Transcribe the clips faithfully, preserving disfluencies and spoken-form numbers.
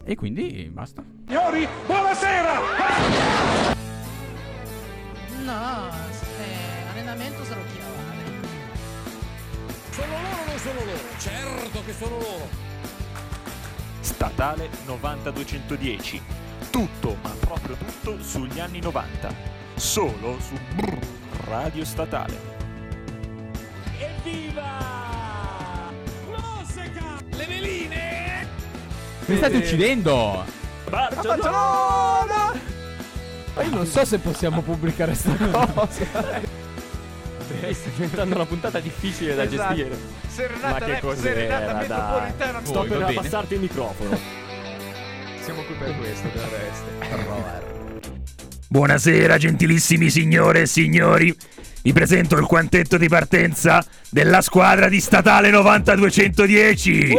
E quindi basta. Signori, buonasera! No, eh, allenamento sarò chiamare. Sono loro o non sono loro? Certo che sono loro. Statale novanta duecentodieci. Tutto, ma proprio tutto sugli anni novanta. Solo su Radio Statale. Evviva! Loseca! Le veline! Mi state uccidendo! Barcellona! Ma io non so se possiamo pubblicare sta cosa. Sta diventando una puntata difficile da Esatto. gestire. Serenata Ma che rap, cos'era, serenata dai. metropolitana. Sto Voi, per va bene. abbassarti il microfono. Siamo qui per questo, del resto. Buonasera gentilissimi signore e signori, vi presento il quantetto di partenza della squadra di Statale novanta duecentodieci.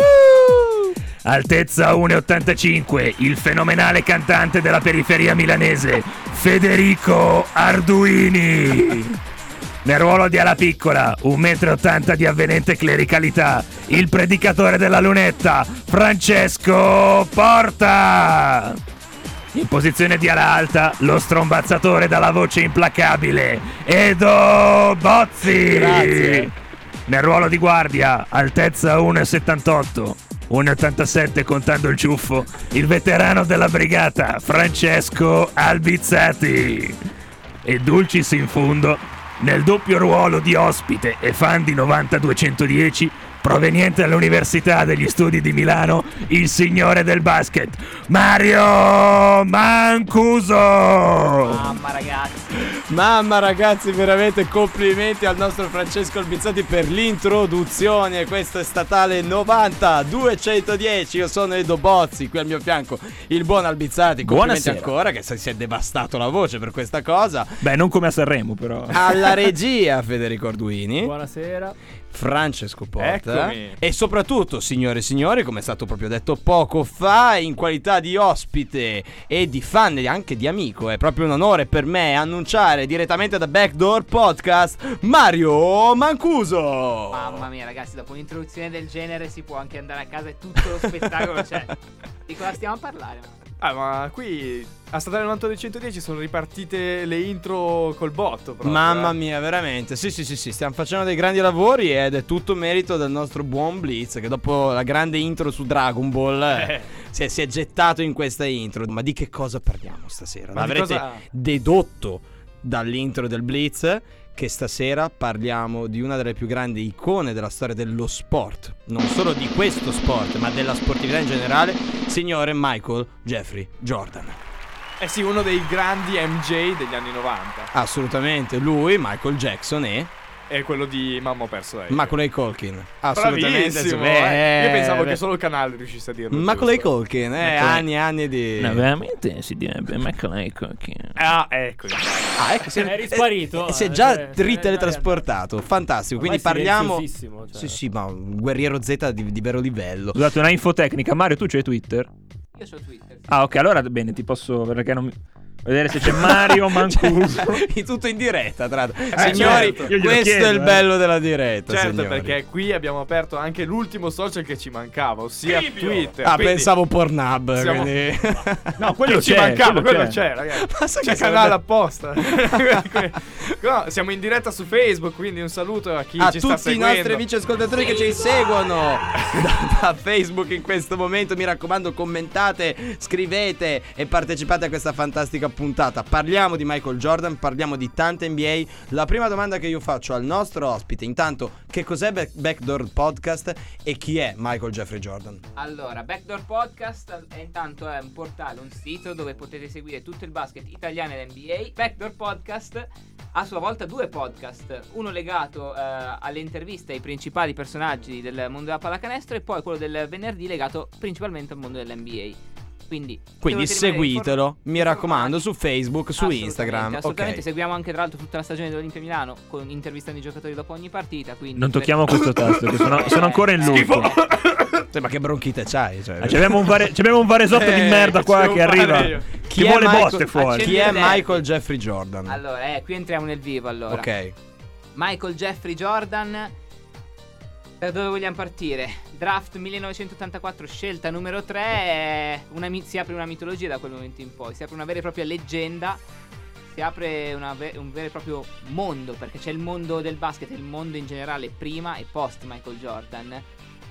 Altezza uno e ottantacinque, il fenomenale cantante della periferia milanese, Federico Arduini. Nel ruolo di ala piccola, un metro e ottanta di avvenente clericalità, il predicatore della lunetta, Francesco Porta. In posizione di ala alta, lo strombazzatore dalla voce implacabile, Edo Bozzi. Grazie. Nel ruolo di guardia, altezza uno e settantotto, uno e ottantasette contando il ciuffo, il veterano della brigata, Francesco Albizzati. E dulcis in fundo, nel doppio ruolo di ospite e fan di novanta duecentodieci, proveniente dall'Università degli Studi di Milano, il signore del basket, Mario Mancuso. Mamma ragazzi. Mamma ragazzi, veramente complimenti al nostro Francesco Albizzati per l'introduzione. Questo è Statale novanta duecentodieci. Io sono Edo Bozzi, qui al mio fianco il buon Albizzati. Complimenti Buonasera. ancora, che si è devastato la voce per questa cosa. Beh, non come a Sanremo, però. Alla regia Federico Arduini, Buonasera. Francesco Porta. Eccomi. E soprattutto, signore e signori, come è stato proprio detto poco fa, in qualità di ospite e di fan e anche di amico, è proprio un onore per me annunciare direttamente da Backdoor Podcast Mario Mancuso. Mamma mia ragazzi, dopo un'introduzione del genere si può anche andare a casa e tutto lo spettacolo c'è. Di cosa stiamo a parlare? Ah, ma qui a Statale novanta duecentodieci sono ripartite le intro col botto. Proprio, Mamma eh. mia, veramente. Sì, sì, sì, sì, stiamo facendo dei grandi lavori ed è tutto merito del nostro buon Blitz, che dopo la grande intro su Dragon Ball eh, si, è, si è gettato in questa intro. Ma di che cosa parliamo stasera? Ma di L'avrete cosa- dedotto dall'intro del Blitz che stasera parliamo di una delle più grandi icone della storia dello sport. Non solo di questo sport, ma della sportività in generale, signore Michael Jeffrey Jordan. Eh sì, uno dei grandi M J degli anni novanta. Assolutamente, lui, Michael Jackson e È quello di Mamma ho perso lei. Macaulay Culkin. Assolutamente. Bravissimo, sì, eh. Io pensavo beh. che solo il canale riuscisse a dirlo. Macaulay giusto. Culkin, eh, Macaulay- anni e anni di... No, veramente si direbbe Macaulay Culkin. Ah, ecco. Ah, ecco, si è, È risparito, eh, si è eh, già cioè, riteletrasportato. Fantastico. Quindi Ormai parliamo. silenziosissimo, cioè. Sì, sì, ma un guerriero Z di, di vero livello. Scusate, una infotecnica. Mario, tu c'hai Twitter? Io ho Twitter. Sì. Ah, ok, allora bene, ti posso... perché non mi... vedere se c'è Mario Mancuso. Cioè, tutto in diretta, tra l'altro. Eh, Signori, certo. Io glielo questo chiedo, è il eh. bello della diretta. Certo, signori. perché qui abbiamo aperto anche l'ultimo social che ci mancava, ossia Twitter. Ah, Quindi pensavo Pornhub. siamo- Quindi... No, quello che ci c'è, mancava, quello quello c'è. c'è, ragazzi. Ma sai C'è che canale sarebbe- apposta. No, siamo in diretta su Facebook, quindi un saluto a chi a ci sta tutti i seguendo. nostri amici ascoltatori che ci seguono da, da Facebook in questo momento. Mi raccomando, commentate, scrivete e partecipate a questa fantastica puntata. Parliamo di Michael Jordan, parliamo di tante N B A. La prima domanda che io faccio al nostro ospite, intanto, che cos'è Back- Backdoor Podcast e chi è Michael Jeffrey Jordan? Allora, Backdoor Podcast è intanto è un portale, un sito dove potete seguire tutto il basket italiano e l'N B A. Backdoor Podcast a sua volta due podcast, uno legato eh, alle interviste ai principali personaggi del mondo della pallacanestro e poi quello del venerdì legato principalmente al mondo dell'N B A. Quindi, Quindi se volete rimanere seguitelo, inform- mi raccomando, su informati. Facebook, su Assolutamente, Instagram. Assolutamente, Ok. seguiamo anche tra l'altro tutta la stagione dell'Olimpia Milano con intervistando i giocatori dopo ogni partita. Quindi Non tocchiamo questo tasto, che sono, sono ancora in loop. Sì, ma che bronchite c'hai? Cioè, Ah, ci abbiamo un, vare- ci abbiamo un varesotto di Eh, merda che qua ci che devo fare arriva. io? Chi, Chi è vuole Michael- botte fuori. Chi è Accendere il Michael Jeffrey Jordan? Allora, eh, qui entriamo nel vivo allora. Ok. Michael Jeffrey Jordan Da dove vogliamo partire? Draft millenovecentottantaquattro, scelta numero tre. Una, si apre una mitologia da quel momento in poi. Si apre una vera e propria leggenda. Si apre una ve- un vero e proprio mondo, perché c'è il mondo del basket e il mondo in generale prima e post Michael Jordan.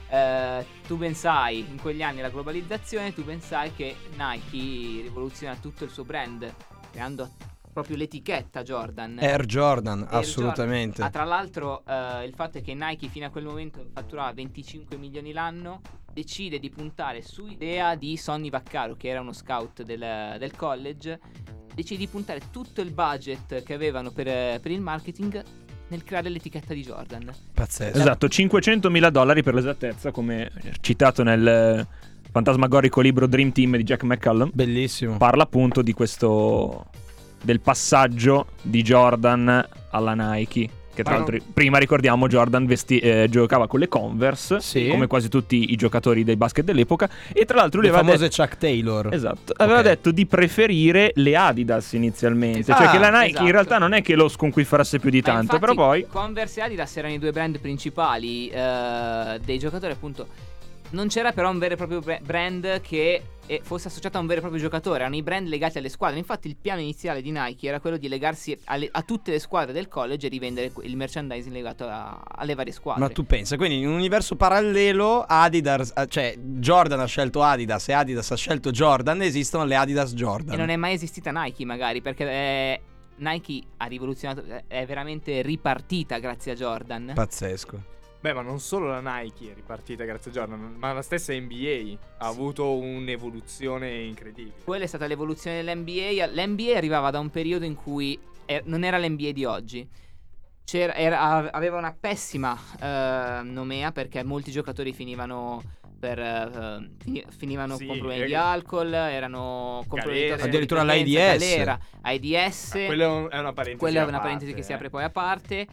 Uh, tu ben sai, in quegli anni la globalizzazione, tu ben sai che Nike rivoluziona tutto il suo brand, creando proprio l'etichetta Jordan. Air Jordan, Air assolutamente. Jordan. Ah, tra l'altro uh, il fatto è che Nike fino a quel momento fatturava venticinque milioni l'anno, decide di puntare su idea di Sonny Vaccaro, che era uno scout del, del college, decide di puntare tutto il budget che avevano per, per il marketing nel creare l'etichetta di Jordan. Pazzesco. Esatto, cinquecentomila dollari per l'esattezza, come citato nel eh, fantasmagorico libro Dream Team di Jack McCallum. Bellissimo. Parla appunto di questo, del passaggio di Jordan alla Nike. Che tra Ma l'altro non- prima ricordiamo Jordan vesti- eh, giocava con le Converse, Sì. come quasi tutti i giocatori del basket dell'epoca. E tra l'altro lui Le aveva famose detto, Chuck Taylor. esatto, aveva Ok. detto di preferire le Adidas inizialmente. Esatto. Cioè che la Nike Esatto. in realtà non è che lo sconquifferasse più di Ma tanto, infatti però poi... Converse e Adidas erano i due brand principali eh, dei giocatori, appunto. Non c'era però un vero e proprio bre- brand che eh, fosse associato a un vero e proprio giocatore. Erano i brand legati alle squadre. Infatti il piano iniziale di Nike era quello di legarsi alle- a tutte le squadre del college e rivendere que- il merchandising legato a- alle varie squadre. Ma tu pensa, quindi in un universo parallelo Adidas, eh, cioè Jordan ha scelto Adidas e Adidas ha scelto Jordan, esistono le Adidas Jordan. E non è mai esistita Nike, magari, perché eh, Nike ha rivoluzionato, è veramente ripartita grazie a Jordan. Pazzesco. Beh, ma non solo la Nike è ripartita grazie a Jordan, ma la stessa N B A ha avuto un'evoluzione incredibile. Quella è stata l'evoluzione dell'N B A. L'N B A arrivava da un periodo in cui er- non era l'N B A di oggi. C'era, era- aveva una pessima eh, nomea, perché molti giocatori finivano per eh, fini- finivano Sì, con problemi eh, di alcol, erano con problemi di galere. Addirittura tossicodipendenza, l'AIDS. galera, AIDS. Ah, quella è un- è una parentesi. Quella è a una parte, parentesi che si eh. apre poi a parte.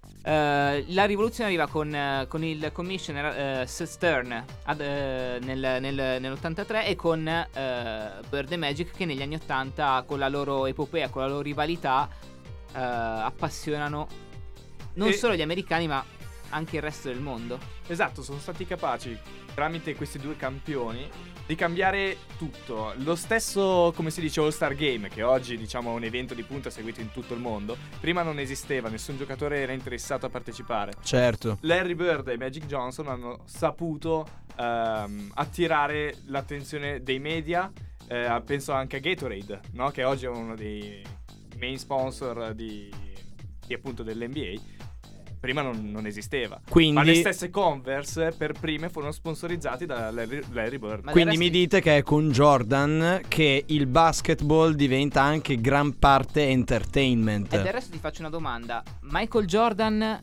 Eh, la rivoluzione arriva con, eh, con il commissioner eh, Stern ad, eh, nel, nel- nell'ottantatré e con eh, Bird e Magic, che negli anni ottanta, con la loro epopea, con la loro rivalità, eh, appassionano non E- solo gli americani ma anche il resto del mondo. Esatto, sono stati capaci, tramite questi due campioni, di cambiare tutto. Lo stesso, come si dice, All-Star Game, che oggi diciamo è un evento di punta seguito in tutto il mondo, prima non esisteva, nessun giocatore era interessato a partecipare. Certo. Larry Bird e Magic Johnson hanno saputo ehm, attirare l'attenzione dei media, eh, penso anche a Gatorade, no? Che oggi è uno dei main sponsor di, di appunto dell'N B A. Prima non, non esisteva. Quindi- Ma le stesse Converse per prime furono sponsorizzati da Larry, Larry Bird. Ma Quindi del mi resto- dite che è con Jordan che il basketball diventa anche gran parte entertainment. E del resto ti faccio una domanda. Michael Jordan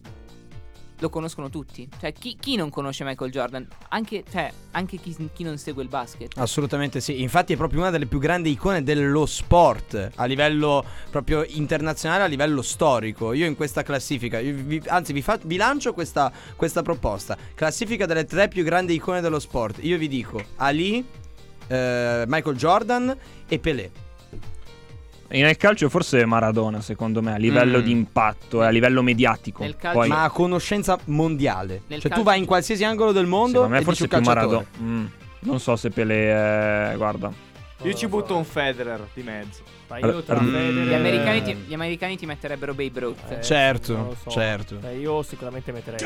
lo conoscono tutti. Cioè chi, chi non conosce Michael Jordan? Anche, cioè, anche chi, chi non segue il basket. Assolutamente sì, infatti è proprio una delle più grandi icone dello sport a livello proprio internazionale, a livello storico. Io in questa classifica, io vi- anzi vi, fa- vi lancio questa, questa proposta: classifica delle tre più grandi icone dello sport. Io vi dico Ali, eh, Michael Jordan e Pelé. E nel calcio forse Maradona, secondo me, a livello Mm. di impatto e a livello mediatico. Nel calcio- Poi, Ma a conoscenza mondiale. Nel Cioè tu calcio- vai in qualsiasi angolo del mondo secondo me e forse dici un più calciatore. Maradona. Mm, non so se Pelé è... guarda. Io ci butto un Federer di mezzo. Ma io tra Mm. Federer- Gli americani, ti, gli americani ti metterebbero Babe Ruth. Eh, Certo, non lo so. certo. Eh, io sicuramente metterei.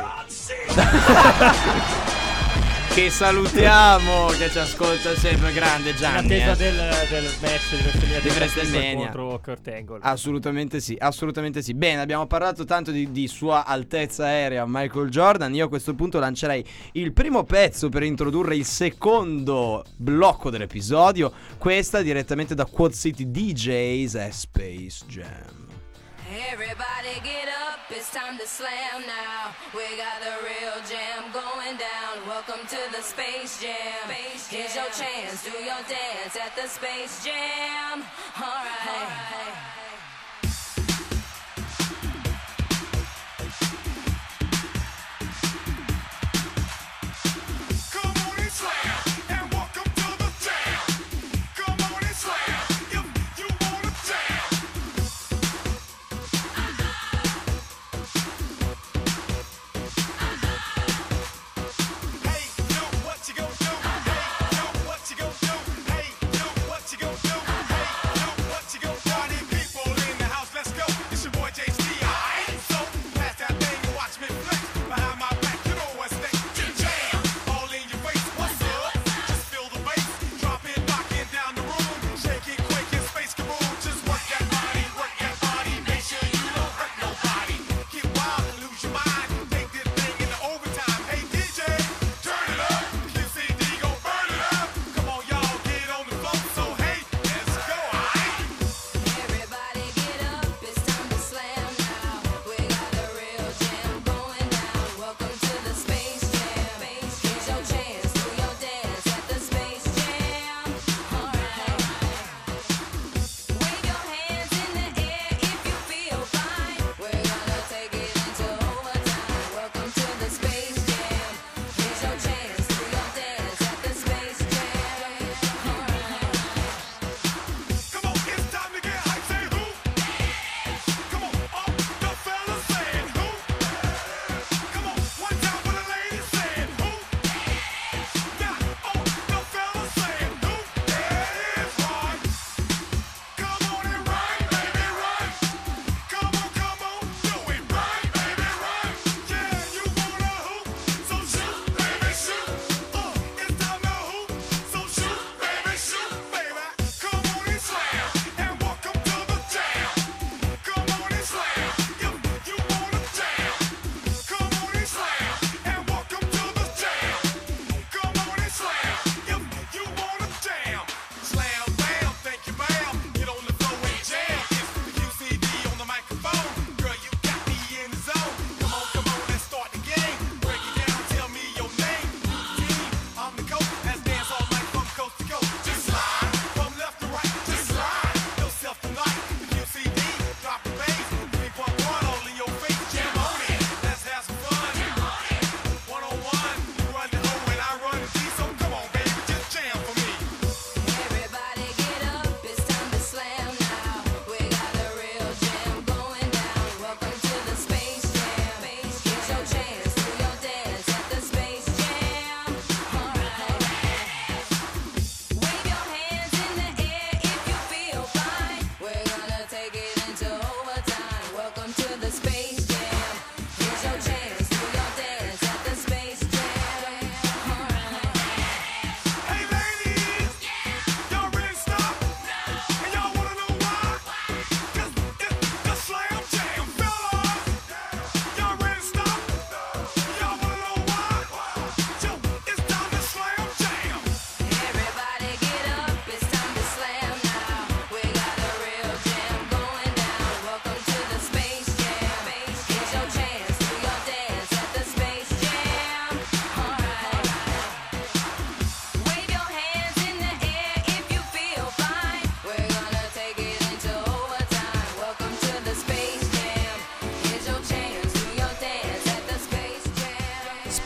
Che salutiamo, che ci ascolta sempre, grande In Gianni. attesa eh. del, del match di WrestleMania Di del WrestleMania. contro Kurt Angle. Assolutamente sì, assolutamente sì. Bene, abbiamo parlato tanto di, di Sua Altezza Aerea Michael Jordan. Io a questo punto lancerei il primo pezzo per introdurre il secondo blocco dell'episodio. Questa direttamente da Quad City D Js è Space Jam. Everybody get up, it's time to slam now. We got the real jam going down. Welcome to the Space Jam. Here's your chance, do your dance at the Space Jam. All right.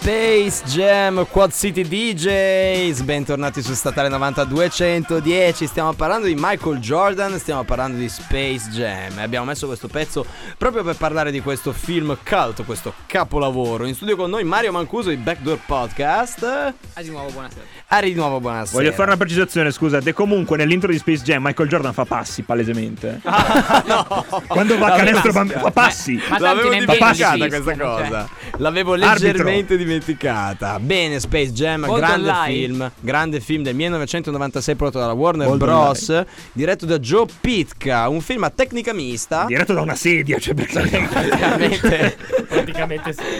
Space Jam Quad City D Js. Bentornati su Statale novantaduecentodieci. Stiamo parlando di Michael Jordan, stiamo parlando di Space Jam. Abbiamo messo questo pezzo proprio per parlare di questo film cult, questo capolavoro. In studio con noi Mario Mancuso di Backdoor Podcast. Ah, di nuovo buonasera. Ari, di nuovo buonasera. Voglio fare una precisazione, scusate. Comunque nell'intro di Space Jam Michael Jordan fa passi palesemente. Ah, no. Quando va a canestro bamb- fa passi. Ma L'avevo tanti ne dimenticata esistono, questa cioè. cosa. L'avevo leggermente dimenticata. Bene, Space Jam, Molto grande online. film. Grande film del millenovecentonovantasei prodotto dalla Warner Molto Bros. Diretto da Joe Pitka. Un film a tecnica mista. Diretto da una sedia, cioè perché Praticamente. Praticamente sì.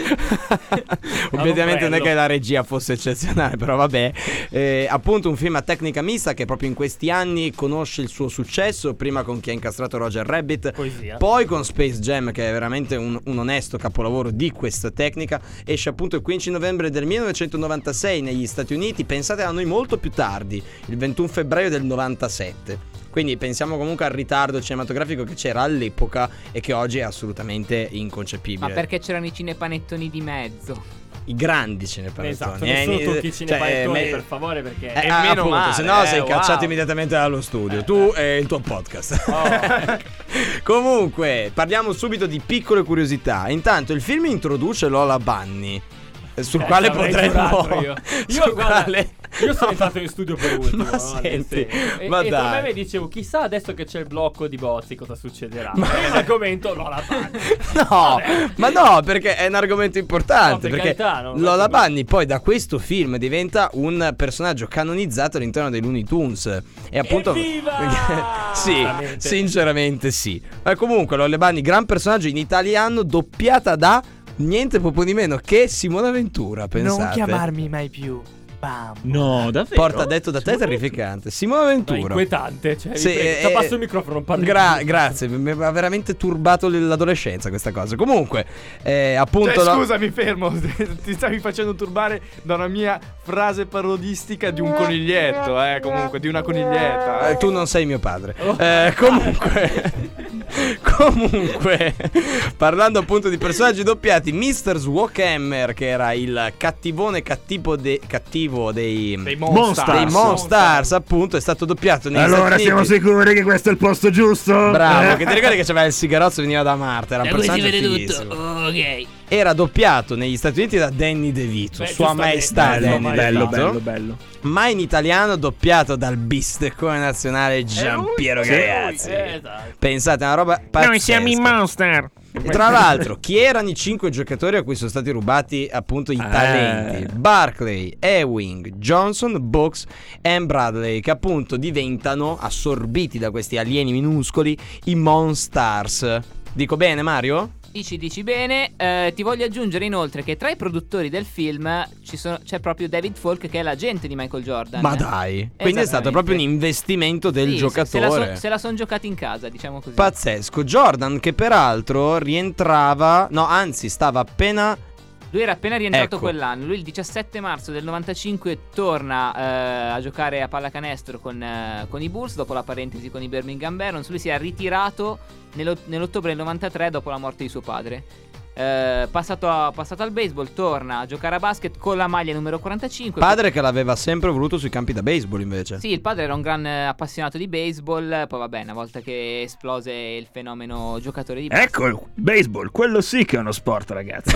Ovviamente non è bello. che la regia fosse eccezionale, però vabbè. Eh, appunto un film a tecnica mista che proprio in questi anni conosce il suo successo. Prima con Chi ha incastrato Roger Rabbit, Poesia. poi con Space Jam, che è veramente un, un onesto capolavoro di questa tecnica. Esce appunto il quindici novembre del millenovecentonovantasei negli Stati Uniti. Pensate a noi molto più tardi, il ventuno febbraio del novantasette. Quindi pensiamo comunque al ritardo cinematografico che c'era all'epoca e che oggi è assolutamente inconcepibile. Ma perché c'erano i cinepanettoni di mezzo? I grandi cinepanettoni. Esatto, eh, nessuno eh, tocchi i cioè, cinepanettoni, eh, per favore, perché Eh, E ah, meno appunto, male, se no eh, sei cacciato wow. immediatamente dallo studio. Tu e il tuo podcast. Oh. Comunque, parliamo subito di piccole curiosità. Intanto, il film introduce Lola Bunny, eh, sul Eh, quale l'avrei potremmo. giurato io. Io, sul guarda, quale- io sono entrato in studio per ultimo. Ma no, senti, adesso. e, ma e dai. con me mi dicevo, chissà adesso che c'è il blocco di Bozzi cosa succederà. Ma è un argomento Lola Bunny. No, Vabbè. ma no, perché è un argomento importante. No, per perché carità, no, Lola non è Bunny poi da questo film diventa un personaggio canonizzato all'interno dei Looney Tunes. E appunto. Evviva! Sì, Veramente. sinceramente sì. Ma comunque Lola Bunny, gran personaggio in italiano, doppiata da niente poco di meno che Simona Ventura. Pensate. Non chiamarmi mai più. Bam. No, davvero? Porta detto da te, terrificante. Simona No, Ventura. inquietante. Cioè, Sì, vi prego, eh, ti passo il microfono, non parli Gra- più. grazie, mi mi ha veramente turbato l- l'adolescenza questa cosa. Comunque, eh, appunto. Cioè, la- scusa, mi fermo. Ti stavi facendo turbare da una mia frase parodistica di un coniglietto, eh, comunque, di una coniglietta. Eh, tu non sei mio padre. Eh, comunque. Comunque, parlando appunto di personaggi doppiati, mister Swokhammer, che era il cattivone cattivo, de- cattivo dei, Dei Monstars. dei Monstars, appunto, è stato doppiato negli Allora Stati siamo Uniti. sicuri che questo è il posto giusto? Bravo, Eh? che ti ricordi che c'aveva il sigarozzo e veniva da Marte, era un personaggio fighissimo. Ok. Era doppiato negli Stati Uniti da Danny DeVito, Beh, Sua giustamente. Maestà Bello, Danny bello, DeVito. bello, bello. Ma in italiano doppiato dal bisteccone nazionale Giampiero Sì. Galeazzi. Eh, esatto. Pensate, è una roba pazzesca. Monster. E tra l'altro, chi erano i cinque giocatori a cui sono stati rubati appunto i Eh. talenti? Barkley, Ewing, Johnson, Brooks e Bradley, che appunto diventano, assorbiti da questi alieni minuscoli, i Monstars. Dico bene, Mario? Dici, dici bene. Eh, ti voglio aggiungere inoltre che tra i produttori del film ci sono, c'è proprio David Falk, che è l'agente di Michael Jordan. Ma dai, quindi è stato Esattamente. proprio un investimento del Sì, giocatore. Se la, son, sono giocati in casa, diciamo così. Pazzesco. Jordan, che peraltro rientrava, no, anzi, stava appena. Lui era appena rientrato Ecco. quell'anno. Lui il diciassette marzo del novantacinque torna eh, a giocare a pallacanestro con, eh, con i Bulls, dopo la parentesi con i Birmingham Barons. Lui si è ritirato nello- nell'ottobre del novantatré dopo la morte di suo padre. Eh, passato, a- passato al baseball, torna a giocare a basket con la maglia numero quarantacinque. Padre che l'aveva sempre voluto sui campi da baseball invece. Sì, il padre era un gran eh, appassionato di baseball. Poi vabbè, una volta che esplose il fenomeno giocatore di basket. Ecco, il baseball, quello sì che è uno sport, ragazzi.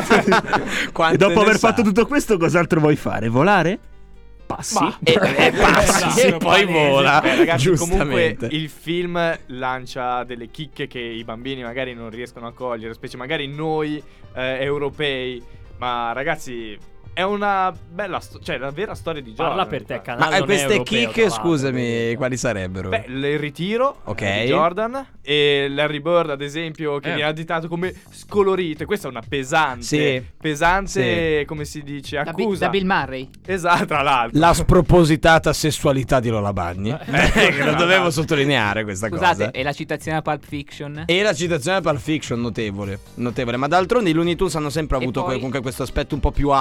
Quante E dopo ne aver sa? fatto tutto questo, cos'altro vuoi fare? Volare? Passi? Ma- E, e passi e poi vola. Beh, ragazzi, comunque Giustamente. il film lancia delle chicche che i bambini magari non riescono a cogliere, specie magari noi eh, europei. Ma ragazzi, è una bella sto- cioè la vera storia di Jordan. Parla per te, infatti. canale. Ma eh, non è queste europeo, chicche, tra l'altro, scusami, quindi- quali sarebbero? Beh, il ritiro Ok. eh, di Jordan e Larry Bird, ad esempio, che Eh. viene additato come scolorite. Questa è una pesante, Sì. pesante, come si dice, Da, Bi- accusa. da Bill Murray. Esatto, tra l'altro. La spropositata sessualità di Lola Bunny. Eh, che lo dovevo sottolineare questa Scusate, cosa. e la citazione a Pulp Fiction? E la citazione a Pulp Fiction, notevole, notevole. Ma d'altronde i Looney Tunes hanno sempre E avuto poi- comunque questo aspetto un po' più adult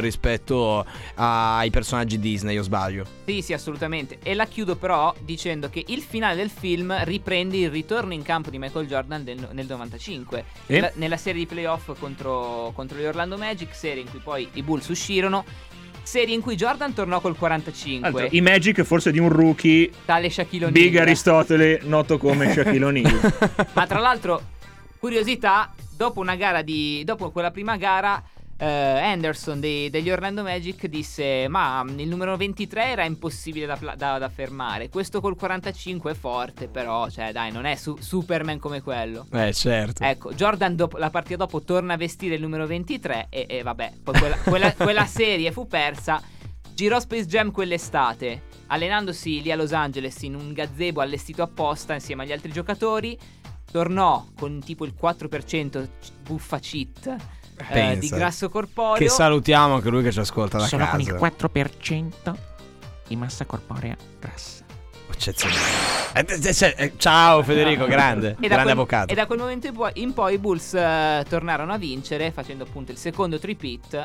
rispetto ai personaggi Disney, o sbaglio? Sì, sì, assolutamente. E la chiudo però dicendo che il finale del film riprende il ritorno in campo di Michael Jordan del- nel novantacinque. E? Nella, nella serie di playoff contro, contro gli Orlando Magic, serie in cui poi i Bulls uscirono, serie in cui Jordan tornò col quarantacinque. Altro, i Magic forse di un rookie, Tale Shaquille O'Neal. Big Aristotele, noto come Shaquille O'Neal. Ma tra l'altro, curiosità, dopo una gara di dopo quella prima gara, eh, Anderson dei- degli Orlando Magic disse: ma mm, il numero ventitré era impossibile da, pla- da- da fermare. Questo col quarantacinque è forte, però, cioè, dai, non è su- Superman come quello. Eh, certo. Ecco, Jordan dopo, la partita dopo torna a vestire il numero ventitré e, e vabbè, poi quella, quella- quella serie fu persa. Girò Space Jam quell'estate, allenandosi lì a Los Angeles in un gazebo allestito apposta insieme agli altri giocatori. Tornò con tipo il quattro per cento buffa cheat eh, Pensa. di grasso corporeo. Che salutiamo anche lui che ci ascolta da Solo casa. con il quattro per cento di massa corporea grassa. Eccezionale. Eh, eh, eh, eh, Ciao Federico, grande, E da, grande quel, avvocato. e da quel momento in poi, in poi i Bulls eh, tornarono a vincere, facendo appunto il secondo three-peat.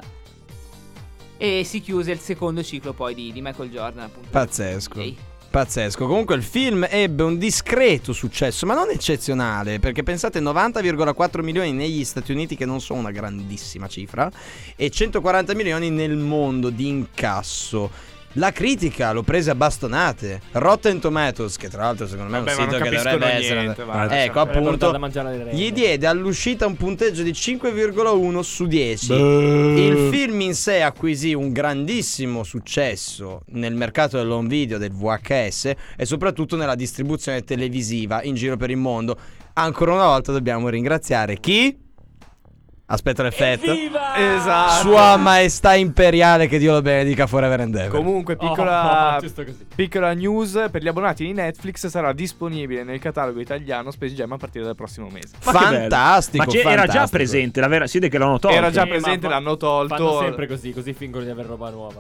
E si chiuse il secondo ciclo poi di, di Michael Jordan, appunto. Pazzesco. Ehi. Pazzesco. Comunque il film ebbe un discreto successo, ma non eccezionale, perché pensate novanta virgola quattro milioni negli Stati Uniti, che non sono una grandissima cifra, e centoquaranta milioni nel mondo di incasso. La critica lo prese a bastonate. Rotten Tomatoes, che tra l'altro secondo me è un Vabbè, ma sito non che capiscono dovrebbe niente, essere, va. ecco Sarebbe appunto, portato da mangiare alle rene. gli diede all'uscita un punteggio di cinque virgola uno su dieci. Beh. Il film in sé acquisì un grandissimo successo nel mercato dell'home video, del V H S, e soprattutto nella distribuzione televisiva in giro per il mondo. Ancora una volta dobbiamo ringraziare chi? Aspetta l'effetto. Esatto. Sua Maestà Imperiale, che Dio lo benedica forever and ever. Comunque, piccola, Oh, giusto così. piccola news: per gli abbonati di Netflix sarà disponibile nel catalogo italiano Space Jam a partire dal prossimo mese. Ma che bello. Fantastico. Ma c'è- era già fantastico. presente, la vera, si vede che l'hanno tolto. Era già Sì, ma presente, fa- l'hanno tolto. Fanno sempre così, così fingono di avere roba nuova.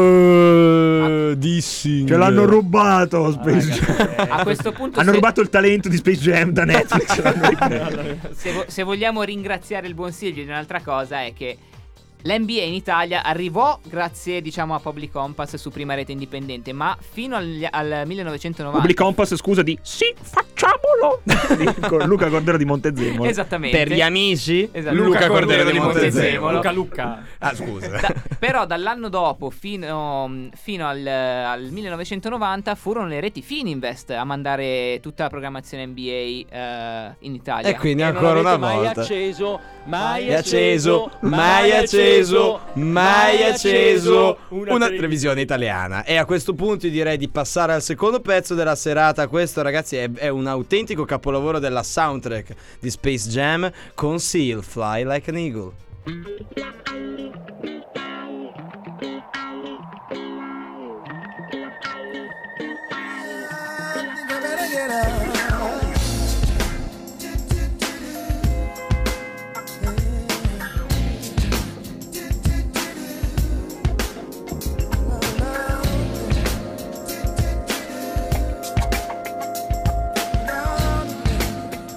Uh, dissing. Ce l'hanno rubato Space Ah, Jam. ragazzi, eh, A questo punto, Hanno se, rubato il talento di Space Jam da Netflix. l'hanno ripreso. se, vo- se vogliamo ringraziare il buon Silvio di un'altra cosa, è che l'N B A in Italia arrivò grazie, diciamo, a Public Compass su prima rete indipendente, ma fino al, al millenovecentonovanta. Public Compass, scusa, di sì, facciamolo. Di- con Luca Cordero di Montezemolo. Esattamente. Per gli amici, Esatto. Luca Cordero di Montezemolo. Luca Lucca. Ah, scusa. Da- però dall'anno dopo fino, fino al, al millenovecentonovanta furono le reti Fininvest a mandare tutta la programmazione N B A eh, in Italia. E quindi E non ancora una avete mai volta. acceso, mai Mai acceso, mai acceso, mai acceso una televisione italiana. E a questo punto io direi di passare al secondo pezzo della serata. Questo, ragazzi, è, è un autentico capolavoro della soundtrack di Space Jam con Seal, Fly Like an Eagle.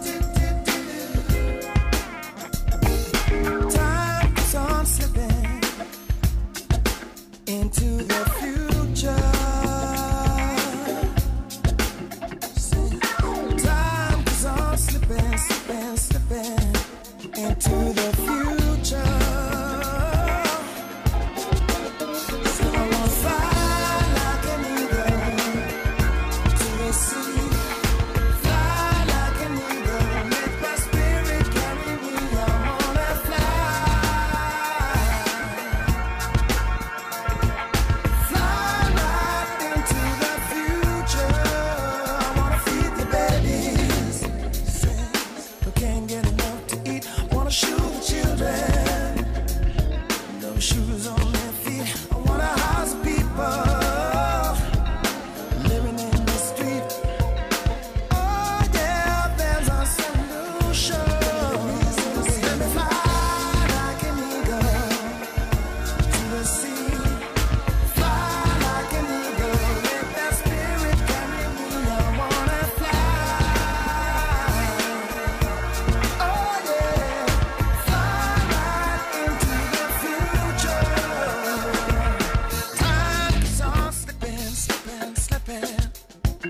Time keeps on slipping.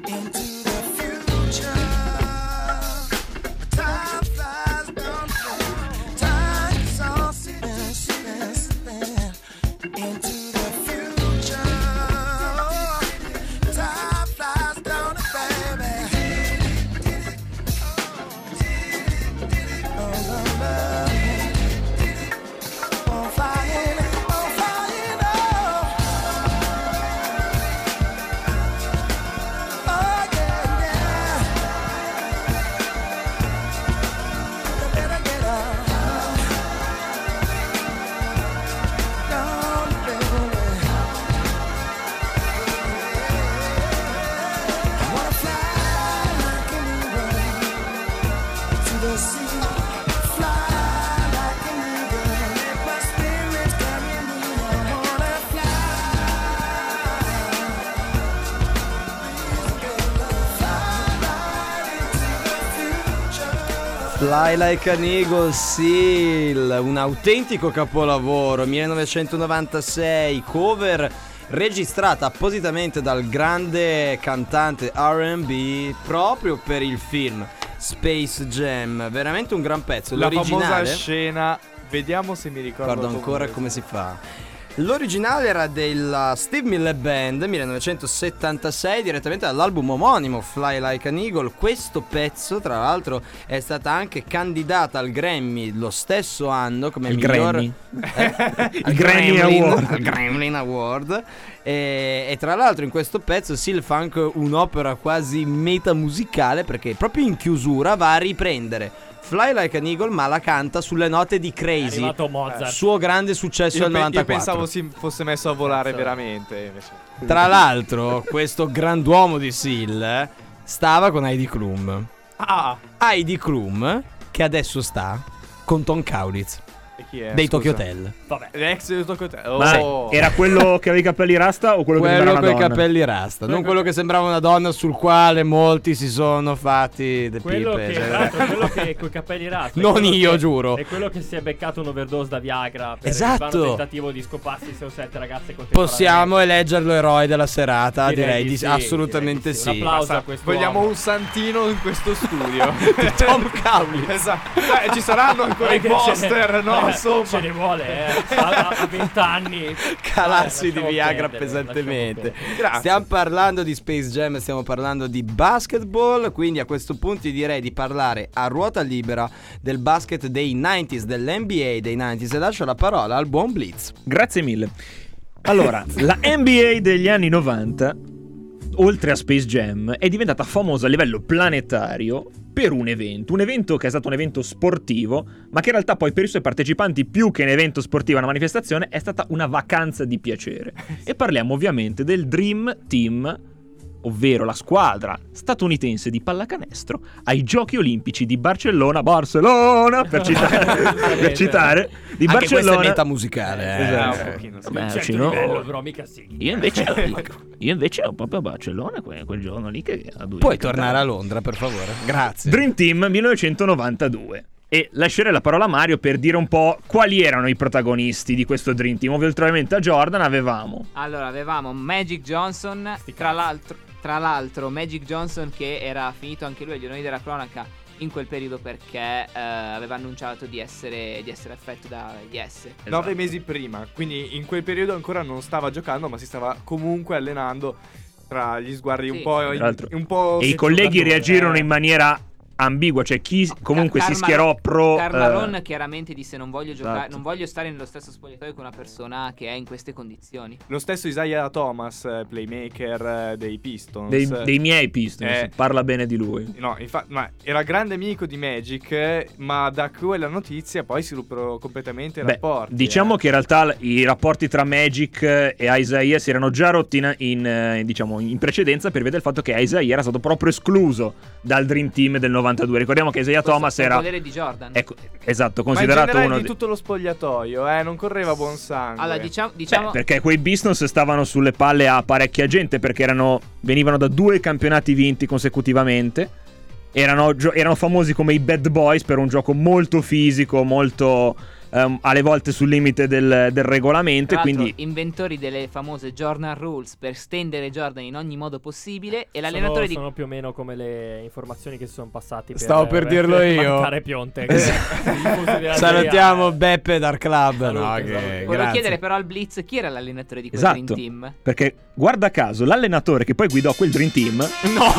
Fly Like an Eagle, Seal, un autentico capolavoro, millenovecentonovantasei, cover registrata appositamente dal grande cantante R and B proprio per il film Space Jam, veramente un gran pezzo. La L'originale, famosa scena, vediamo se mi ricordo. guardo ancora come si fa. L'originale era della Steve Miller Band, millenovecentosettantasei, direttamente dall'album omonimo Fly Like an Eagle. Questo pezzo, tra l'altro, è stata anche candidata al Grammy lo stesso anno come Il miglior Grammy. Eh? Il Grammy Award. al Gremlin Award. E, e tra l'altro in questo pezzo Seal fa anche un'opera quasi metamusicale, perché proprio in chiusura va a riprendere Fly Like an Eagle, ma la canta sulle note di È Crazy, arrivato Mozart. suo grande successo Io, del pe- io novantaquattro. pensavo si fosse messo a volare Cazzo. veramente. Invece. Tra l'altro, questo grand'uomo di Seal eh, stava con Heidi Klum. Ah, Heidi Klum, che adesso sta con Tom Kaulitz e chi è? dei Scusa. Tokyo Hotel. Vabbè. L'ex di Tokyo Hotel. Ma Oh. era quello che aveva i capelli rasta o quello, che Quello sembrava con i una donna? capelli rasta, non quello che sembrava una donna sul quale molti si sono fatti le Quello pipe. che, cioè. tra l'altro, quello che coi capelli rasta. è Non quello io, che- giuro. È quello che si è beccato un overdose da Viagra per Esatto. il vano tentativo di scoparsi sei o sette ragazze contemporaneamente. Possiamo eleggerlo eroe della serata, direi, di sì, assolutamente direi sì. Un applauso Basta, a questo vogliamo uomo. un santino in questo studio. Tom Kaulitz. Esatto. Eh, ci saranno ancora i Perché ce poster, ne- no? eh, Insomma. Ce ne vuole, eh. A, a venti anni. Calarsi Dai, di lasciamo Viagra perdere, pesantemente. lasciamo perdere. Grazie. Stiamo parlando di Space Jam, stiamo parlando di basketball, quindi a questo punto direi di parlare a ruota libera del basket dei novanta, dell'N B A dei novanta, e lascio la parola al buon Blitz. Grazie mille. Allora, la N B A degli anni novanta, oltre a Space Jam, è diventata famosa a livello planetario per un evento, un evento che è stato un evento sportivo, ma che in realtà poi per i suoi partecipanti, più che un evento sportivo, una manifestazione, è stata una vacanza di piacere. E parliamo ovviamente del Dream Team, ovvero la squadra statunitense di pallacanestro ai Giochi Olimpici di Barcellona, Barcellona, per citare, per citare di Anche questo è Barcellona. meta musicale, eh. Esatto. Eh, un pochino, sì. Vabbè, Un certo Cino- livello, però mica sì. io invece, io invece ero proprio a Barcellona quel, quel giorno lì che ha dovuto Puoi cantare. tornare a Londra, per favore. Grazie. Dream Team millenovecentonovantadue. E lascerei la parola a Mario per dire un po' quali erano i protagonisti di questo Dream Team. Ovviamente a Jordan avevamo Allora, avevamo Magic Johnson, tra l'altro, tra l'altro Magic Johnson che era finito anche lui agli onori della cronaca in quel periodo perché eh, aveva annunciato di essere, di essere affetto da yes. Nove mesi prima, quindi in quel periodo ancora non stava giocando, ma si stava comunque allenando tra gli sguardi Sì. un po', Tra l'altro- un po' e i che colleghi giocatore, reagirono eh. in maniera ambigua, cioè chi comunque si Karl schierò pro Karl eh, Malone chiaramente disse non voglio giocare, esatto. non voglio stare nello stesso spogliatoio con una persona che è in queste condizioni. Lo stesso Isaiah Thomas, eh, playmaker eh, dei Pistons. dei, dei miei Pistons, Eh. parla bene di lui. No, infatti, ma era grande amico di Magic, eh, ma da quella notizia poi si ruppero completamente i Beh, rapporti. diciamo eh. che in realtà l- i rapporti tra Magic e Isaiah si erano già rotti in, in, eh, diciamo, in precedenza, per via del fatto che Isaiah era stato proprio escluso dal Dream Team del novantadue. Ricordiamo che Isaiah Thomas Per era volere di Jordan. ecco, esatto, Ma in considerato generale uno di di- tutto lo spogliatoio, eh, non correva buon sangue. Allora, diciamo, Beh, diciamo perché quei Pistons stavano sulle palle a parecchia gente, perché erano venivano da due campionati vinti consecutivamente. Erano, gio- erano famosi come i bad boys per un gioco molto fisico, molto um, alle volte sul limite del, del regolamento. Tra E l'altro, quindi inventori delle famose Jordan Rules per stendere Jordan in ogni modo possibile. E l'allenatore sono, di sono più o meno come le informazioni che si sono passati per, Stavo per dirlo io. mancare Piontek. Salutiamo Beppe Dark Club. Salute, no, salute. che, Volevo grazie. chiedere però al Blitz chi era l'allenatore di quel esatto, Dream Team. perché guarda caso l'allenatore che poi guidò quel Dream Team No!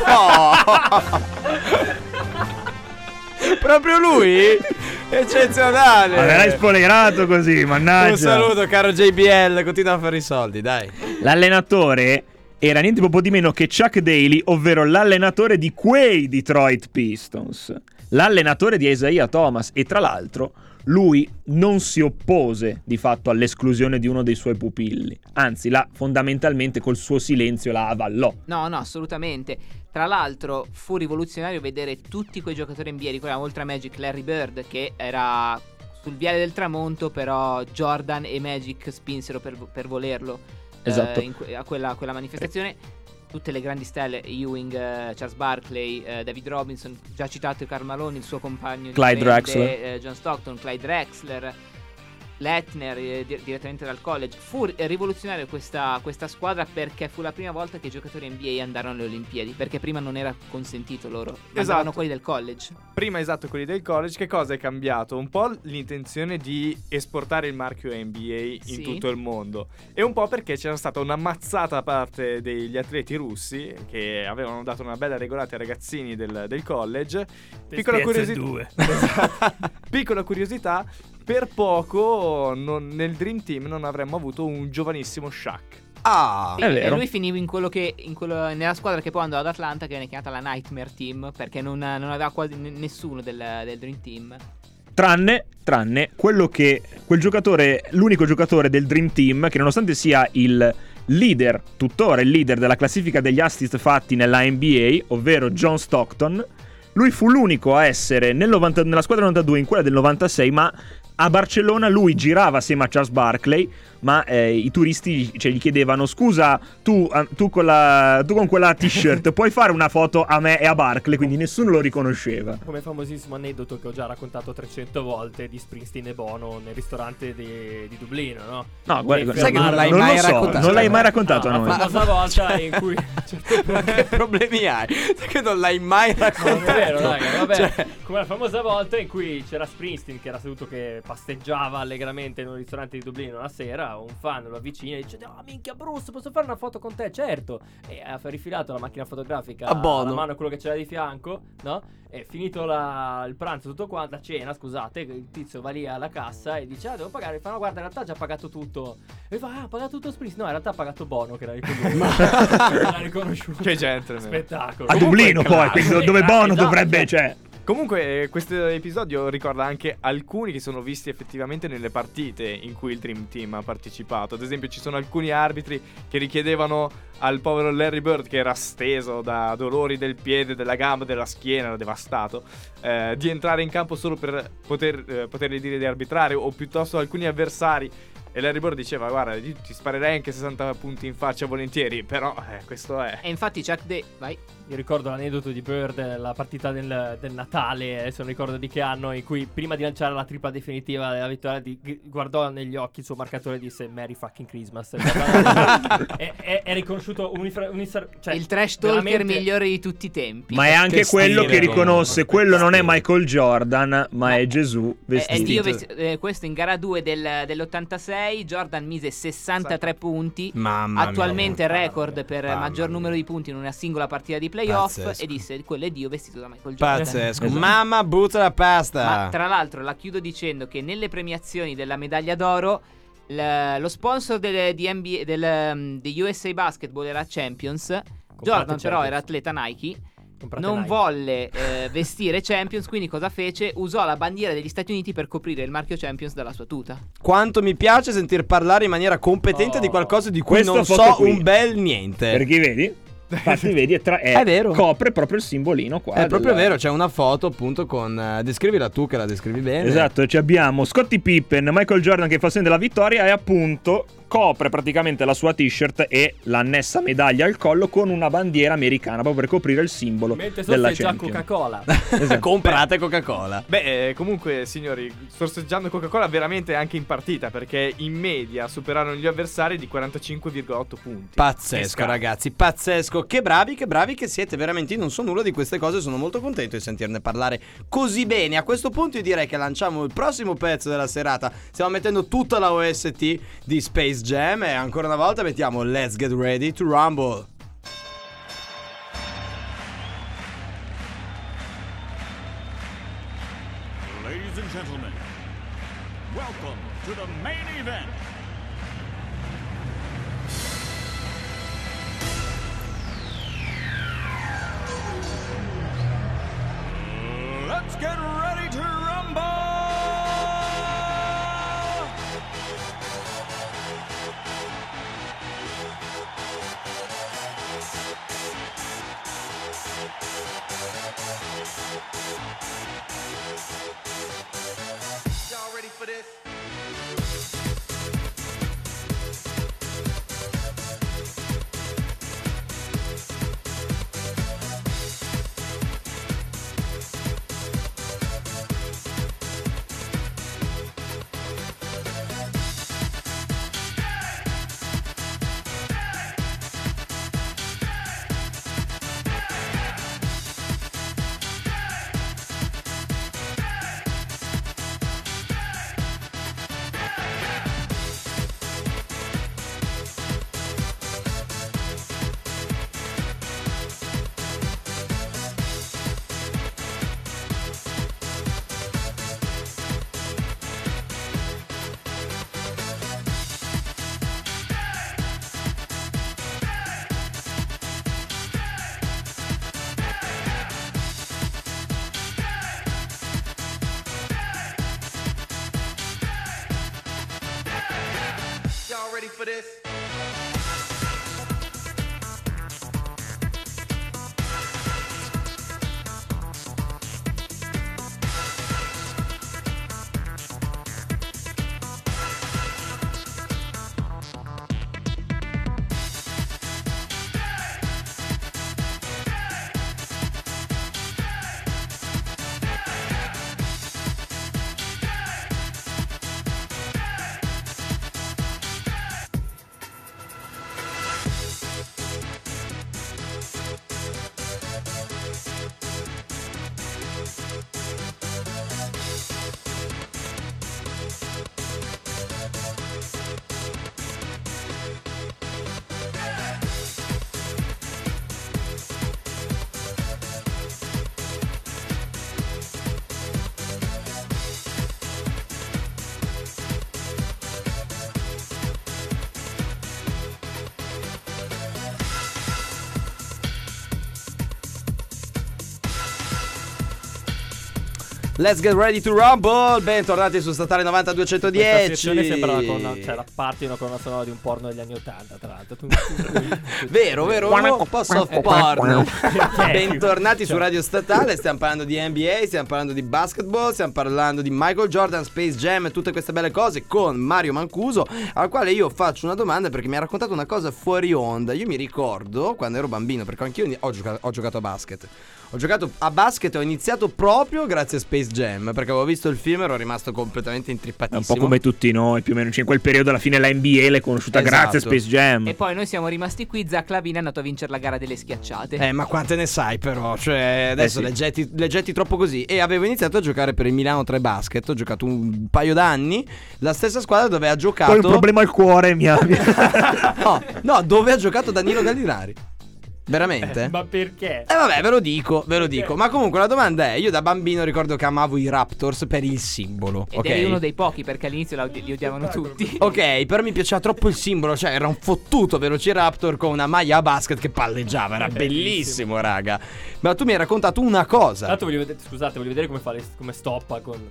Proprio lui? Eccezionale. Ma me l'hai spoilerato così, mannaggia. Un saluto caro J B L, continua a fare i soldi, dai. L'allenatore era niente poco di meno che Chuck Daly, ovvero l'allenatore di quei Detroit Pistons, l'allenatore di Isaiah Thomas. E tra l'altro lui non si oppose di fatto all'esclusione di uno dei suoi pupilli, anzi la fondamentalmente col suo silenzio la avallò. No, no, assolutamente. Tra l'altro fu rivoluzionario vedere tutti quei giocatori N B A. Ricordiamo oltre a Magic Larry Bird, che era sul viale del tramonto, però Jordan e Magic spinsero per, per volerlo. Esatto. eh, in que- a quella, quella manifestazione. Tutte le grandi stelle, Ewing, eh, Charles Barkley, eh, David Robinson, già citato Karl Malone, il suo compagno di Clyde band, Drexler. eh, John Stockton, Clyde Drexler, Lettner, eh, di- direttamente dal college. Fu eh, rivoluzionario questa, questa squadra, perché fu la prima volta che i giocatori N B A andarono alle Olimpiadi, perché prima non era consentito loro, andavano Esatto. quelli del college. Prima esatto quelli del college. Che cosa è cambiato? Un po' l'intenzione di esportare il marchio N B A in Sì. tutto il mondo, e un po' perché c'era stata una mazzata da parte degli atleti russi che avevano dato una bella regolata ai ragazzini del, del college. Piccola, curiosi- due. Piccola curiosità, per poco non- nel Dream Team non avremmo avuto un giovanissimo Shaq. Ah, Sì, è e vero. lui finiva in quello che in quello, nella squadra che poi andò ad Atlanta, che viene chiamata la Nightmare Team, perché non, non aveva quasi n- nessuno del, del Dream Team. Tranne, tranne quello che quel giocatore, l'unico giocatore del Dream Team che nonostante sia il leader, tuttora il leader della classifica degli assist fatti nella N B A, ovvero John Stockton, lui fu l'unico a essere nel novanta, nella squadra novantadue, in quella del novantasei, ma a Barcellona lui girava assieme a Charles Barkley, ma eh, i turisti cioè, gli chiedevano: scusa, tu, ah, tu, con la, tu con quella t-shirt puoi fare una foto a me e a Barkley? Quindi nessuno lo riconosceva. Come il famosissimo aneddoto che ho già raccontato trecento volte di Springsteen e Bono nel ristorante di, di Dublino, no? No, guarda, Che sai che non fermarono- l'hai non mai lo so, raccontato. non l'hai mai raccontato No, a noi. la famosa volta in cui Ma che problemi hai? Sai che non l'hai mai Non raccontato? è vero, raga, vabbè. Cioè, Come la famosa volta in cui c'era Springsteen che era seduto che pasteggiava allegramente in un ristorante di Dublino una sera, un fan lo avvicina e dice: "Oh minchia Bruce, posso fare una foto con te?" Certo. E ha rifilato la macchina fotografica A Bono. alla mano a quello che c'era di fianco, no? E finito la- il pranzo, tutto quanto, la cena, scusate, il tizio va lì alla cassa e dice: "Ah, devo pagare." Fa: "No, guarda, in realtà ha già pagato tutto." E fa: "Ah, ha pagato tutto Springsteen." No, in realtà ha pagato Bono, che era con lui. L'ha riconosciuto. Che gentleman. Spettacolo. A Dublino poi, quindi sì, dove esatto, Bono esatto, dovrebbe, cioè. cioè... Comunque eh, questo episodio ricorda anche alcuni che sono visti effettivamente nelle partite in cui il Dream Team ha partecipato. Ad esempio ci sono alcuni arbitri che richiedevano al povero Larry Bird, che era steso da dolori del piede, della gamba, della schiena, era devastato, eh, di entrare in campo solo per poter, eh, potergli dire di arbitrare, o piuttosto alcuni avversari. E Larry Bird diceva: guarda, io ti sparerei anche sessanta punti in faccia volentieri, però eh, questo è... E infatti Chuck Day, vai. Io ricordo l'aneddoto di Bird, la partita del, del Natale, adesso non ricordo di che anno, in cui prima di lanciare la tripla definitiva della vittoria di, guardò negli occhi il suo marcatore e disse: "Merry fucking Christmas." e, e, è riconosciuto un, un, cioè, Il trash talker veramente- migliore di tutti i tempi. Ma è anche Che quello stile, che riconosce, no? quello non è Stile. Michael Jordan, ma è Gesù È, è vestito. Dio vesti- eh, questo in gara due del, dell'ottantasei Jordan mise sessantatré punti, Mamma mia. attualmente record per Mamma maggior mia. numero di punti in una singola partita di playoff. Pazzesco. E disse: quello è Dio vestito da Michael Jordan. Pazzesco. Esatto. Mamma butta la pasta. Ma tra l'altro la chiudo dicendo che nelle premiazioni della medaglia d'oro l- lo sponsor delle, di N B A, del, um, di U S A Basketball era Champions. Jordan però Champions. era atleta Nike. Comprate Non Nike. volle eh, vestire Champions, quindi cosa fece? Usò la bandiera degli Stati Uniti per coprire il marchio Champions dalla sua tuta. Quanto mi piace sentir parlare in maniera competente Oh. di qualcosa di cui Questa non foto so qui. un bel niente. Perché vedi? Infatti vedi, è, tra- è- È vero. copre proprio il simbolino qua. È proprio della- vero, c'è una foto appunto con... eh, descrivila tu che la descrivi bene. Esatto, ci abbiamo Scottie Pippen, Michael Jordan che fa segno della vittoria e appunto copre praticamente la sua t-shirt e l'annessa medaglia al collo con una bandiera americana proprio per coprire il simbolo Mentre della sorseggia Champions. Coca-Cola. Esatto. Comprate Coca-Cola. Beh, eh, comunque, signori, sorseggiando Coca-Cola veramente anche in partita, perché in media superarono gli avversari di quarantacinque virgola otto punti. Pazzesco, ragazzi, pazzesco. Che bravi, che bravi che siete. Veramente io non so nulla di queste cose. Sono molto contento di sentirne parlare così bene. A questo punto io direi che lanciamo il prossimo pezzo della serata. Stiamo mettendo tutta la O S T di Space Jam. E ancora una volta mettiamo Let's Get Ready to Rumble. Ladies and gentlemen, welcome to the main event. Let's get ready to rumble! Y'all ready for this? Y'all ready for this? Let's Get Ready to Rumble. Bentornati su Statale novanta duecentodieci. Questa sezione sembra la colonna, cioè la parte di una colonna sonora di un porno degli anni ottanta, tra l'altro. Tu- tu- tu- tu- Vero, vero, un po' soft porn. Bentornati su Cioè. Radio Statale. Stiamo parlando di N B A, stiamo parlando di basketball, stiamo parlando di Michael Jordan, Space Jam e tutte queste belle cose con Mario Mancuso, al quale io faccio una domanda perché mi ha raccontato una cosa fuori onda. Io mi ricordo quando ero bambino, perché anch'io ho giocato, ho giocato a basket. Ho giocato a basket e ho iniziato proprio grazie a Space Jam, perché avevo visto il film e ero rimasto completamente È intrippatissimo. un po' come tutti noi, più o meno. Cioè, in quel periodo alla fine la N B A l'hai conosciuta Esatto. grazie a Space Jam. E poi noi siamo rimasti qui. Zach Lavin è andato a vincere la gara delle schiacciate. Eh, ma quante ne sai però? Cioè, adesso Eh sì. le, getti, le getti troppo così. E avevo iniziato a giocare per il Milano tre Basket. Ho giocato un paio d'anni. La stessa squadra dove ha giocato. Poi un problema al cuore mi ha... no, no, dove ha giocato Danilo Gallinari. Veramente? Eh, ma perché? Eh vabbè, ve lo dico, ve lo dico. Ma comunque la domanda è: io da bambino ricordo che amavo i Raptors per il simbolo. Ed ok? eri uno dei pochi, perché all'inizio la- li odiavano tutti. Ok, però mi piaceva troppo il simbolo. Cioè, era un fottuto Velociraptor con una maglia a basket che palleggiava. Era bellissimo, raga. Ma tu mi hai raccontato una cosa. Tanto voglio vedere, scusate, voglio vedere come fa le, come stoppa con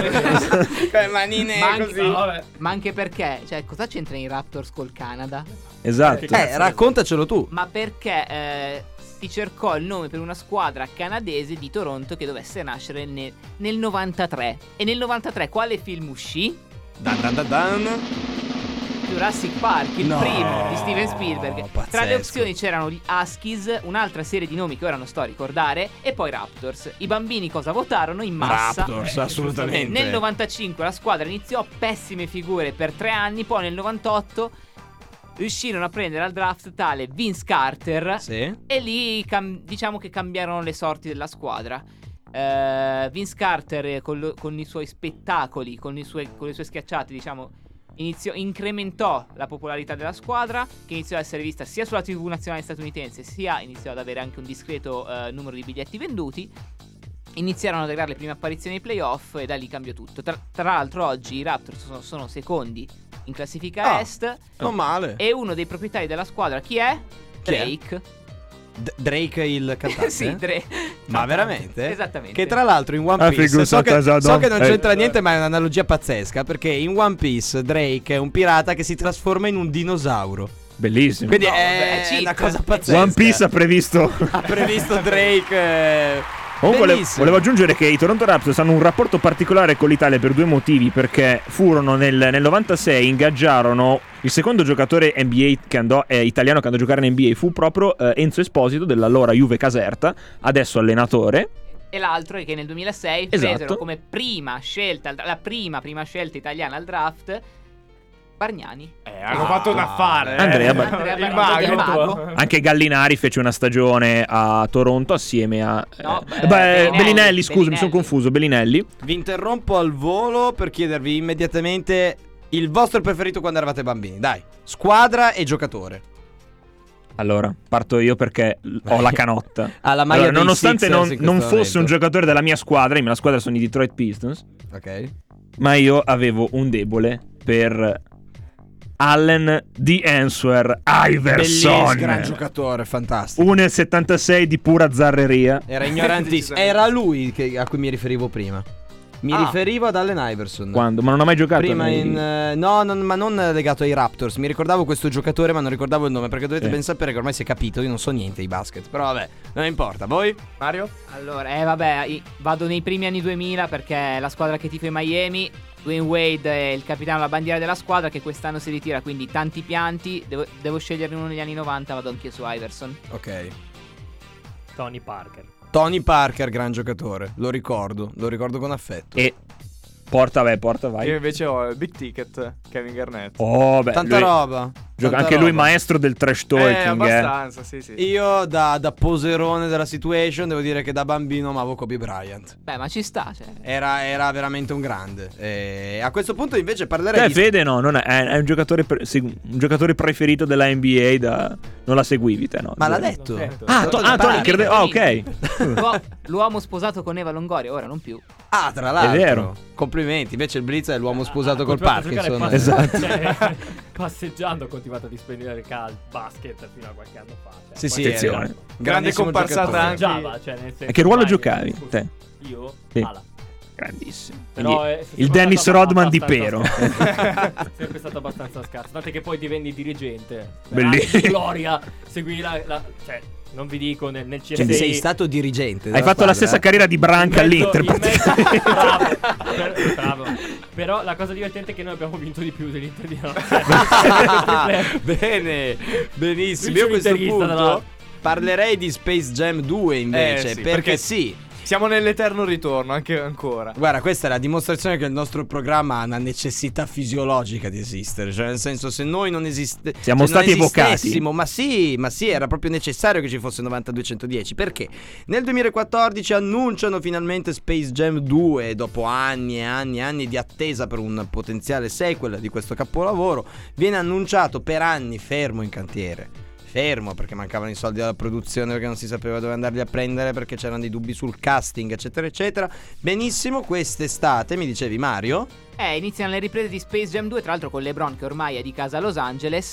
Con manine ma, anche, così. no, vabbè. Ma anche perché, cioè, cosa c'entrano i Raptors col Canada? Esatto. Eh, raccontacelo tu. Ma perché eh, si cercò il nome per una squadra canadese di Toronto che dovesse nascere nel, nel novantatré. E nel novantatré quale film uscì? Dan dan dan dan. Jurassic Park, il No, primo di Steven Spielberg. Tra pazzesco. le opzioni c'erano gli Huskies, un'altra serie di nomi che ora non sto a ricordare, e poi Raptors. I bambini cosa votarono in massa? Raptors, assolutamente. Nel novantacinque la squadra iniziò pessime figure per tre anni, poi nel novantotto riuscirono a prendere al draft tale Vince Carter, Sì. e lì cam- diciamo che cambiarono le sorti della squadra. Eh, Vince Carter eh, con, lo- con i suoi spettacoli, con, i suoi- con le sue schiacciate, diciamo, iniziò, incrementò la popolarità della squadra, che iniziò ad essere vista sia sulla tivù nazionale statunitense, sia iniziò ad avere anche un discreto eh, numero di biglietti venduti. Iniziarono ad arrivare le prime apparizioni ai playoff e da lì cambiò tutto. Tra, tra l'altro oggi i Raptors sono, sono secondi in classifica Ah, est. non male. E uno dei proprietari della squadra chi è? Chi è? Drake. D- Drake il cantante? Sì, Drake. Ma veramente? Esattamente. Che tra l'altro in One Ah, Piece figo, so, che, Satazado. so che non Eh. c'entra niente, ma è un'analogia pazzesca. Perché in One Piece Drake è un pirata che si trasforma in un dinosauro. Bellissimo. Quindi No, è, beh, è una cheat. cosa pazzesca. One Piece ha previsto. ha previsto Drake. eh, Comunque volevo, bellissimo. volevo aggiungere che i Toronto Raptors hanno un rapporto particolare con l'Italia per due motivi, perché furono nel, nel novantasei ingaggiarono il secondo giocatore N B A che andò, eh, italiano che andò a giocare in N B A fu proprio eh, Enzo Esposito dell'allora Juve Caserta, adesso allenatore. E l'altro è che nel duemilasei Esatto. presero come prima scelta, la prima prima scelta italiana al draft Bargnani. Eh, hanno fatto un affare. eh. Andrea Bar- Andrea il Bargnani, mago. il mago. Anche Gallinari fece una stagione a Toronto assieme a No, eh, beh, beh, Bellinelli, Bellinelli, scusa, mi Bellinelli. sono confuso. Bellinelli. Vi interrompo al volo per chiedervi immediatamente il vostro preferito quando eravate bambini. Dai, squadra e giocatore. Allora, parto io perché l- ho la canotta. Ha la maglia Allora, dei nonostante Sixers non, in questo non fosse momento. un giocatore della mia squadra, la mia squadra sono i Detroit Pistons, Ok. ma io avevo un debole per Allen The Answer Bellissimo, gran Iverson. giocatore, fantastico. uno virgola settantasei di pura zarreria. Era ignorantissimo. Era lui che- a cui mi riferivo prima. Mi Ah. riferivo ad Allen Iverson. Quando? Ma non ha mai giocato Prima nei- in eh, no, non- ma non legato ai Raptors. Mi ricordavo questo giocatore, ma non ricordavo il nome. Perché dovete Sì. ben sapere che ormai si è capito. Io non so niente di basket. Però vabbè, non importa. Voi? Mario? Allora, eh vabbè, i- vado nei primi anni duemila perché la squadra che tifo in Miami, Dwayne Wade è il capitano, la bandiera della squadra che quest'anno si ritira, quindi tanti pianti. Devo, devo sceglierne uno negli anni novanta, vado anch'io su Iverson. Ok. Tony Parker. Tony Parker, gran giocatore. Lo ricordo. Lo ricordo con affetto. E porta, vai, porta, vai. Io invece ho il big ticket, Kevin Garnett. Oh, beh, Tanta lui- roba. gioca- tanta anche lui roba. maestro del trash Eh, talking, eh. abbastanza, sì, sì. Io da, da poserone della situation devo dire che da bambino amavo Kobe Bryant. Beh, ma ci sta, cioè. Era, era veramente un grande. E a questo punto invece parlerei Te di Fede no, non è, è un giocatore pre- sì, un giocatore preferito della N B A da... Non la seguivi te, no? Ma l'ha Vero? detto. Ah, to- ah, Tony, crede- ah, ok. L'uo- L'uomo sposato con Eva Longoria, ora non più. Ah, tra l'altro. È vero. Complimenti. Invece il Blitz è l'uomo sposato Ha col continuato a giocare Parkinson. passe- Esatto. cioè, passeggiando ha continuato a dispendere cal basket fino a qualche anno fa. Cioè, Sì, sì, Attenzione. era- Grande grandissimo comparsata giocatore. anche. Passeggiava, cioè, nel senso, E che ruolo vai, giocavi, scusa, te? Io? Sì. Ala. Grandissimo. Però Quindi è sempre il Dennis stato Rodman di abbastanza Pero. scarso. Sempre stato abbastanza scarso. Tant'è che poi divenni dirigente. Bellissimo. Veramente Gloria, seguì la, la- cioè, non vi dico nel, nel C S I. Quindi sei stato dirigente. Hai della fatto la squadra, stessa eh? carriera di Branca in mezzo- all'Inter. in mezzo- praticamente. bravo, per- bravo. Però la cosa divertente è che noi abbiamo vinto di più dell'Inter di noi. Bene, benissimo. Qui Io a c'è un questo interista, punto tra l'altro. parlerei di Space Jam due invece. Eh, sì, perché, perché- sì. Siamo nell'eterno ritorno, anche ancora. Guarda, questa è la dimostrazione che il nostro programma ha una necessità fisiologica di esistere. Cioè, nel senso, se noi non esiste Siamo se non stati evocati. esistessimo, Ma sì, ma sì, era proprio necessario che ci fosse novantadue centodieci. Perché nel duemilaquattordici annunciano finalmente Space Jam due. Dopo anni e anni e anni di attesa per un potenziale sequel di questo capolavoro, viene annunciato per anni fermo in cantiere. Fermo perché mancavano i soldi alla produzione, perché non si sapeva dove andarli a prendere, perché c'erano dei dubbi sul casting, eccetera eccetera. Benissimo, quest'estate, mi dicevi Mario? Eh, iniziano le riprese di Space Jam due, tra l'altro con LeBron che ormai è di casa a Los Angeles.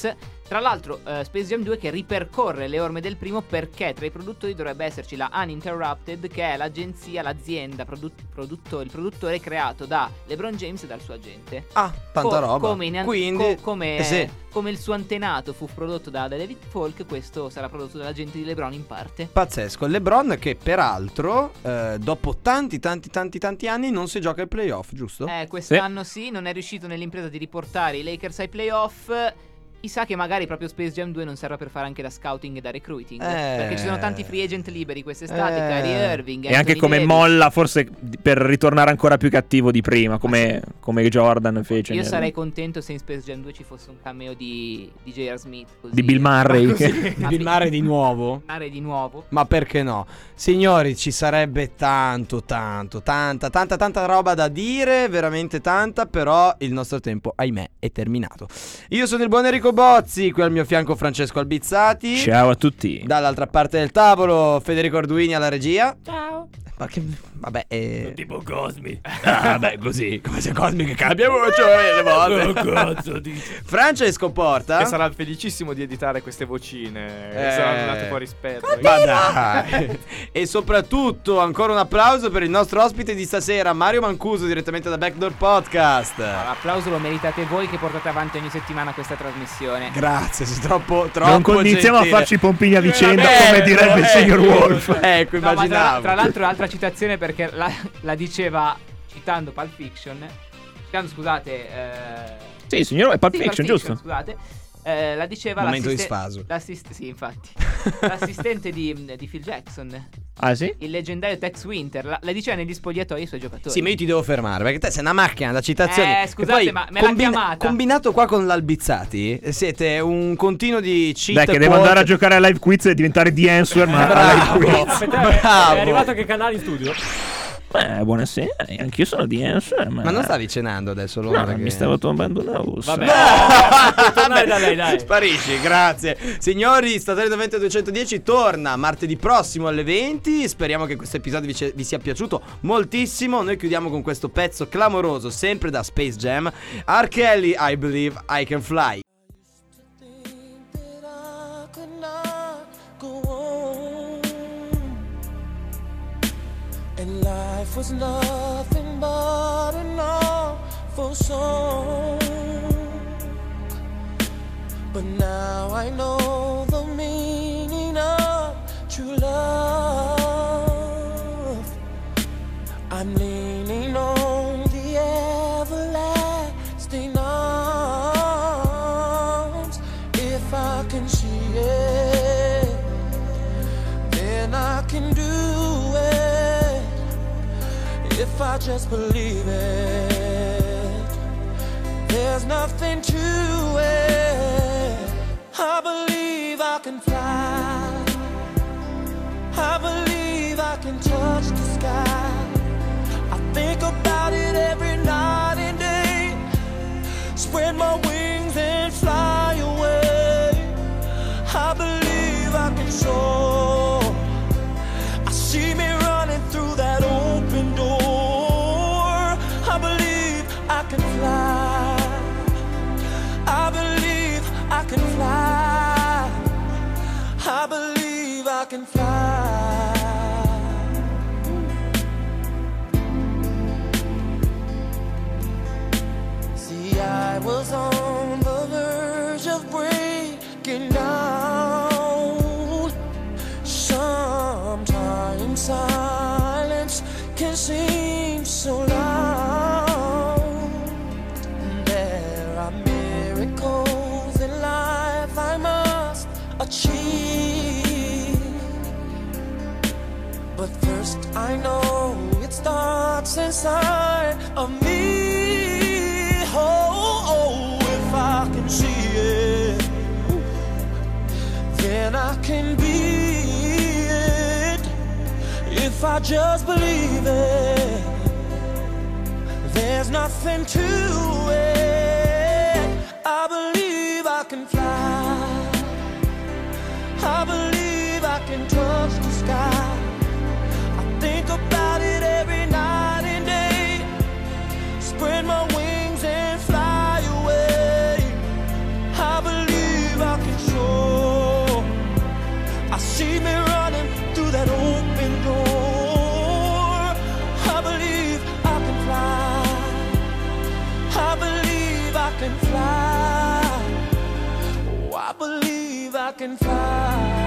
Tra l'altro uh, Space Jam due che ripercorre le orme del primo, perché tra i produttori dovrebbe esserci la Uninterrupted, che è l'agenzia, l'azienda, produ- produtto- il produttore creato da LeBron James e dal suo agente. Ah, tanta Co- roba. Come, in an- Quindi, co- come, eh sì. come il suo antenato fu prodotto da David Falk, questo sarà prodotto dall'agente di LeBron in parte. Pazzesco. LeBron che peraltro eh, dopo tanti tanti tanti tanti anni non si gioca ai playoff, giusto? Eh, quest'anno sì. sì, non è riuscito nell'impresa di riportare i Lakers ai playoff. Chissà che magari proprio Space Jam due non serva per fare anche da scouting e da recruiting. Eh. Perché ci sono tanti free agent liberi quest'estate, Eh. Kyrie Irving, E anche Anthony come Davis. molla, forse per ritornare ancora più cattivo di prima, come, come Jordan fece. Io nel- sarei contento se in Space Jam due ci fosse un cameo di, di J R. Smith, così. Di Bill Murray. Così, Ma Bill sì. Murray di nuovo? Murray di nuovo. Ma perché no? Signori, ci sarebbe tanto, tanto, tanta, tanta, tanta roba da dire, veramente tanta, però il nostro tempo, ahimè, è terminato. Io sono il buon Enrico Bozzi, qui al mio fianco Francesco Albizzati. Ciao a tutti. Dall'altra parte del tavolo Federico Arduini alla regia. Ciao. Ma che... vabbè, eh... Tipo Cosmi. Ah, beh, così, come se Cosmi che cambia voce le volte. Che cazzo dici? Francesco Porta. Che sarà felicissimo di editare queste vocine. Eh. Saranno andate fuori rispetto. Ma dai. E soprattutto ancora un applauso per il nostro ospite di stasera, Mario Mancuso, direttamente da Backdoor Podcast. L'applauso lo meritate voi che portate avanti ogni settimana questa trasmissione. Grazie, sei troppo troppo Non iniziamo a gentile. farci pompini a vicenda, Eh, come direbbe il ecco, signor Wolf. Ecco, No, ma tra, immaginavo. tra l'altro altra citazione, perché la, la diceva citando Pulp Fiction. Citando, scusate, eh, Sì, signor, è Pulp sì, Fiction, giusto? Scusate, eh, la diceva Momento di l'assiste- sfaso. l'assist- sì, infatti. L'assistente di, di Phil Jackson, Ah, sì? il leggendario Tex Winter, la, la diceva negli spogliatoi ai suoi giocatori. Sì, ma io ti devo fermare perché te sei una macchina da citazioni. Eh, E scusate, poi ma me l'ha chiamata. Combinato qua con l'Albizzati, siete un continuo di cheat. Dai, che devo quote. andare a giocare a live quiz e diventare The Answer, ma a live quiz. Aspetta, è- Bravo. è arrivato che canale in studio? Eh, buonasera, anch'io sono The Answer, ma... Ma non stavi cenando adesso? No, Londra, mi che- stavo tombando una russa. Vabbè. Vabbè, da lei, dai. Sparisci, grazie. Signori, Statale novanta duecentodieci torna martedì prossimo alle venti. Speriamo che questo episodio vi, vi sia piaciuto moltissimo. Noi chiudiamo con questo pezzo clamoroso, sempre da Space Jam. R. Kelly, I Believe I Can Fly. And life was nothing but an awful song. But now I know the meaning of true love. I'm leaning on the everlasting arms. If I can see it, then I can do it. If I just believe it, there's nothing to it. I believe I can fly. I believe I can touch the sky. I think about it every night and day. Spread my wings and fly away. I believe I can soar. I see me running through that open door. I believe I can fly. I believe I can fly. I believe I can fly. See, I was on the verge of breaking down. Sometimes silence can seem so loud. There are miracles in life I must achieve. But first I know it starts inside of me. Oh, oh, if I can see it, then I can be it. If I just believe it, there's nothing to it. I believe I can fly. I believe I can touch the sky. I think about it every night and day. Spread my wings and fly away. I believe I can fly.